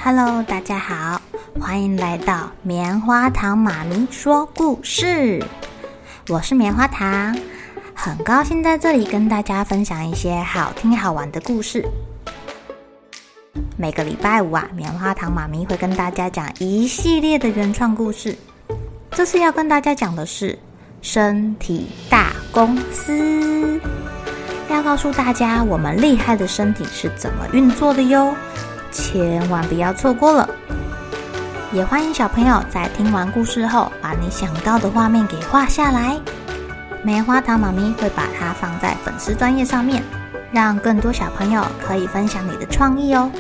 Hello， 大家好，欢迎来到棉花糖妈咪说故事。我是棉花糖，很高兴在这里跟大家分享一些好听好玩的故事。每个礼拜五棉花糖妈咪会跟大家讲一系列的原创故事。这次要跟大家讲的是身体大公司，要告诉大家我们厉害的身体是怎么运作的哟，千万不要错过了。也欢迎小朋友在听完故事后，把你想到的画面给画下来。棉花糖妈咪会把它放在粉丝专页上面，让更多小朋友可以分享你的创意哦。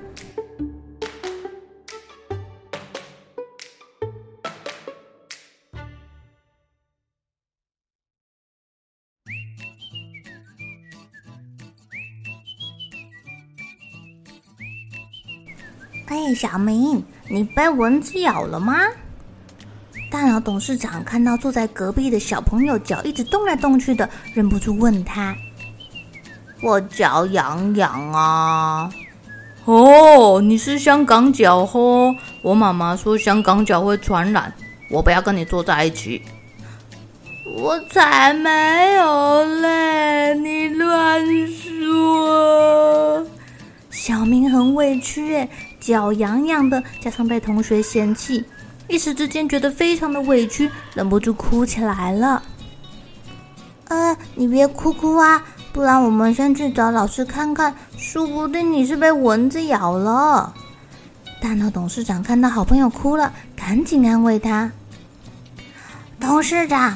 小明，你被蚊子咬了吗？大脑董事长看到坐在隔壁的小朋友脚一直动来动去的，忍不住问他：我脚痒痒啊。 哦，你是香港脚哦，我妈妈说香港脚会传染，我不要跟你坐在一起。 我才没有嘞，你乱说。小明很委屈耶，脚痒痒的，加上被同学嫌弃，一时之间觉得非常的委屈，忍不住哭起来了。你别哭啊，不然我们先去找老师看看，说不定你是被蚊子咬了。大脑董事长看到好朋友哭了，赶紧安慰他。董事长，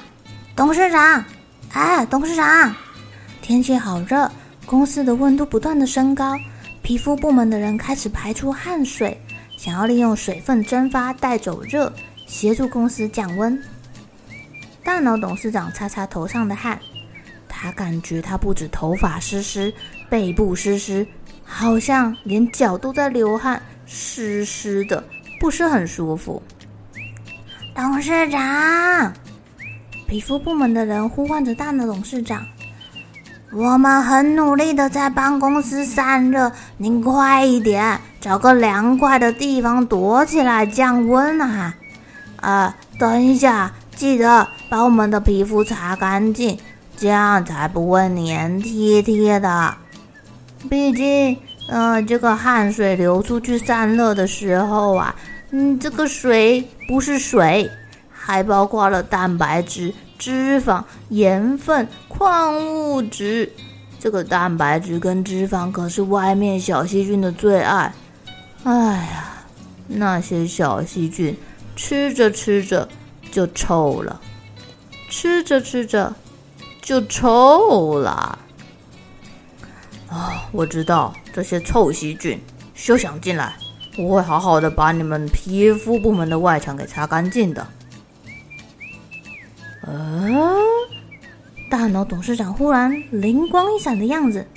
天气好热，公司的温度不断的升高，皮肤部门的人开始排出汗水，想要利用水分蒸发带走热，协助公司降温。大脑董事长擦擦头上的汗，他感觉他不止头发湿湿，背部湿湿，好像连脚都在流汗，湿湿的，不是很舒服。董事长，皮肤部门的人呼唤着大脑董事长，我们很努力的在帮公司散热，您快一点，找个凉快的地方躲起来降温啊！等一下，记得把我们的皮肤擦干净，这样才不会黏贴贴的。毕竟，这个汗水流出去散热的时候这个水不是水，还包括了蛋白质、脂肪、盐分、矿物质。这个蛋白质跟脂肪可是外面小细菌的最爱。哎呀，那些小细菌吃着吃着就臭了，吃着吃着就臭了。 我知道这些臭细菌休想进来，我会好好的把你们皮肤部门的外墙给擦干净的。 大脑董事长忽然灵光一闪的样子。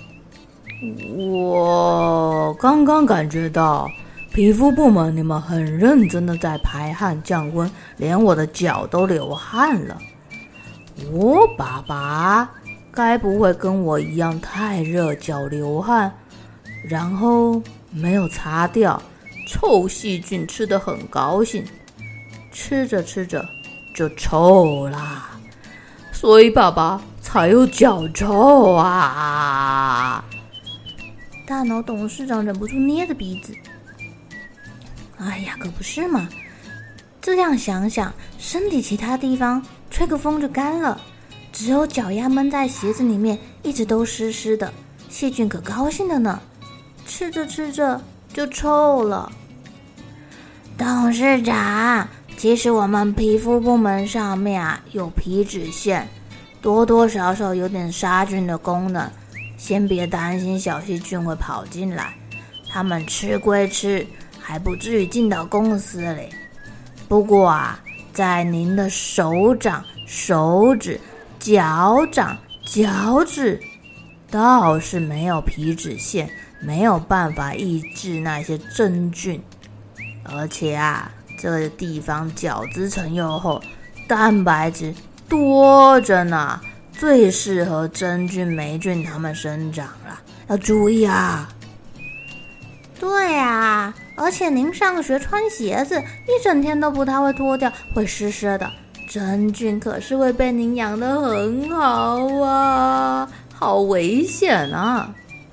我刚刚感觉到皮肤部门你们很认真的在排汗降温，连我的脚都流汗了。我爸爸该不会跟我一样太热脚流汗，然后没有擦掉，臭细菌吃得很高兴，吃着吃着就臭啦，所以爸爸才有脚臭啊！ 大脑董事长忍不住捏着鼻子。哎呀，可不是嘛！这样想想，身体其他地方吹个风就干了，只有脚丫闷在鞋子里面，一直都湿湿的，细菌可高兴的呢，吃着吃着就臭了。董事长，其实我们皮肤部门上面有皮脂腺，多多少少有点杀菌的功能，先别担心小细菌会跑进来，他们吃归吃，还不至于进到公司里。不过在您的手掌、手指、脚掌、脚趾倒是没有皮脂腺，没有办法抑制那些真菌，而且这个地方角质层又厚，蛋白质多着呢，最适合真菌、霉菌它们生长了，要注意啊。对而且您上学穿鞋子，一整天都不太会脱掉，会湿湿的。真菌可是会被您养得很好啊，好危险啊！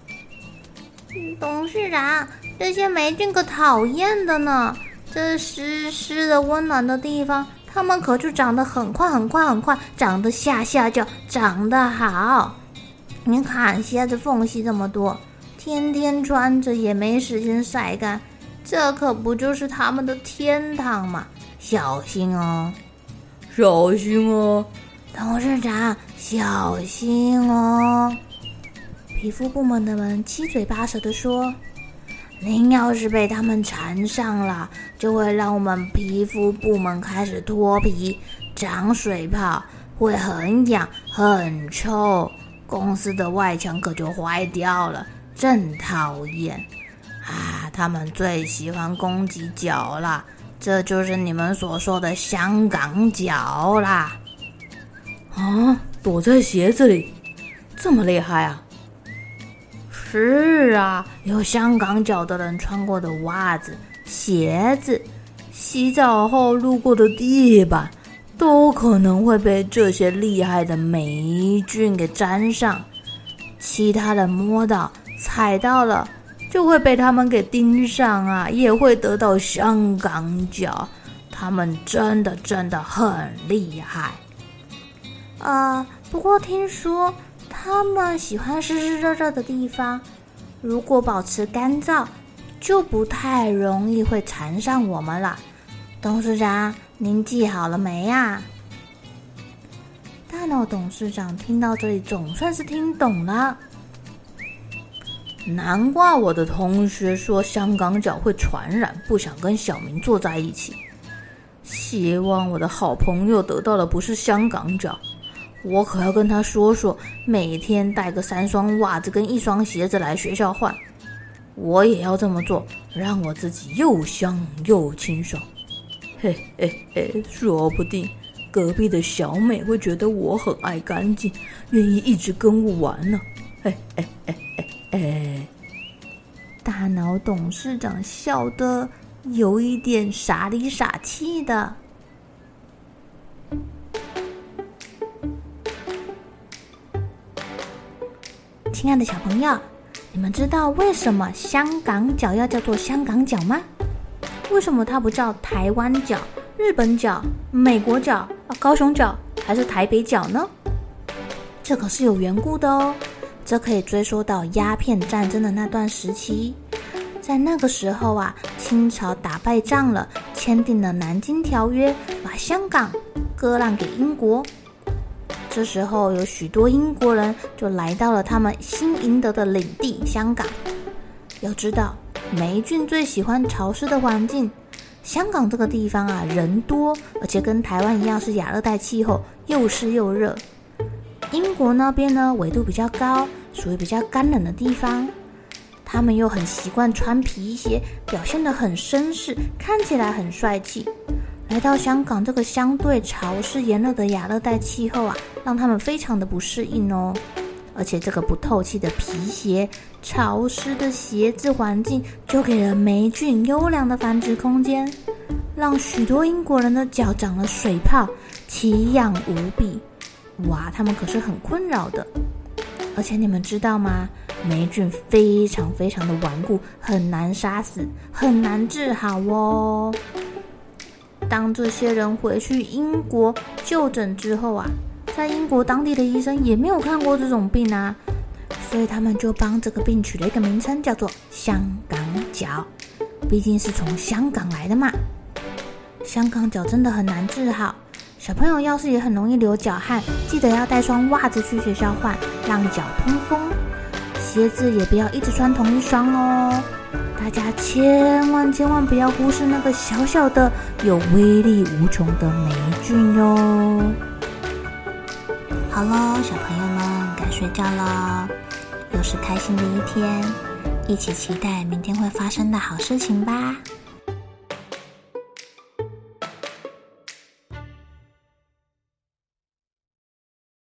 董事长，这些霉菌可讨厌的呢。这湿湿的温暖的地方，它们可就长得很快，长得下就长得好。你看鞋子缝隙这么多，天天穿着也没时间晒干，这可不就是他们的天堂吗？小心哦！ 小心哦！ 董事长，小心哦！皮肤部门的人七嘴八舌地说：“您要是被他们缠上了，就会让我们皮肤部门开始脱皮、长水泡，会很痒、很臭，公司的外墙可就坏掉了，真讨厌啊！他们最喜欢攻击脚啦。”这就是你们所说的香港脚啦！ 啊，躲在鞋子里，这么厉害啊！ 是啊，有香港脚的人穿过的袜子、鞋子， 洗澡后路过的地板，都可能会被这些厉害的霉菌给沾上。其他人摸到、踩到了，就会被他们给盯上啊，也会得到香港脚。他们真的很厉害。 不过听说他们喜欢湿湿热热的地方，如果保持干燥，就不太容易会缠上我们了。董事长，您记好了没呀？大脑董事长听到这里总算是听懂了。 难怪我的同学说香港脚会传染，不想跟小明坐在一起。希望我的好朋友得到的不是香港脚，我可要跟他说说，每天带个3双袜子跟1双鞋子来学校换。我也要这么做，让我自己又香又清爽。嘿嘿嘿，说不定隔壁的小美会觉得我很爱干净，愿意一直跟我玩呢。嘿嘿嘿嘿。 大脑董事长笑得有一点傻里傻气的。亲爱的小朋友，你们知道为什么香港脚要叫做香港脚吗？为什么它不叫台湾脚、日本脚、美国脚、高雄脚还是台北脚呢？这可是有缘故的哦。这可以追溯到鸦片战争的那段时期，在那个时候啊，清朝打败仗了，签订了南京条约，把香港割让给英国。这时候有许多英国人就来到了他们新赢得的领地香港。要知道，霉菌最喜欢潮湿的环境，香港这个地方啊，人多，而且跟台湾一样是亚热带气候，又湿又热。英国那边呢，纬度比较高，属于比较干冷的地方，他们又很习惯穿皮鞋，表现得很绅士，看起来很帅气。来到香港这个相对潮湿炎热的亚热带气候啊，让他们非常的不适应哦。而且这个不透气的皮鞋、潮湿的鞋子环境，就给了霉菌优良的繁殖空间，让许多英国人的脚长了水泡，奇痒无比。哇，他们可是很困扰的。而且你们知道吗？霉菌非常的顽固，很难杀死，很难治好哦。当这些人回去英国就诊之后啊，在英国当地的医生也没有看过这种病啊，所以他们就帮这个病取了一个名称，叫做香港脚，毕竟是从香港来的嘛。香港脚真的很难治好，小朋友要是也很容易流脚汗，记得要带双袜子去学校换，让脚通风。鞋子也不要一直穿同一双哦。大家千万不要忽视那个小小的有威力无穷的霉菌哟。好咯，小朋友们该睡觉了，又是开心的一天，一起期待明天会发生的好事情吧。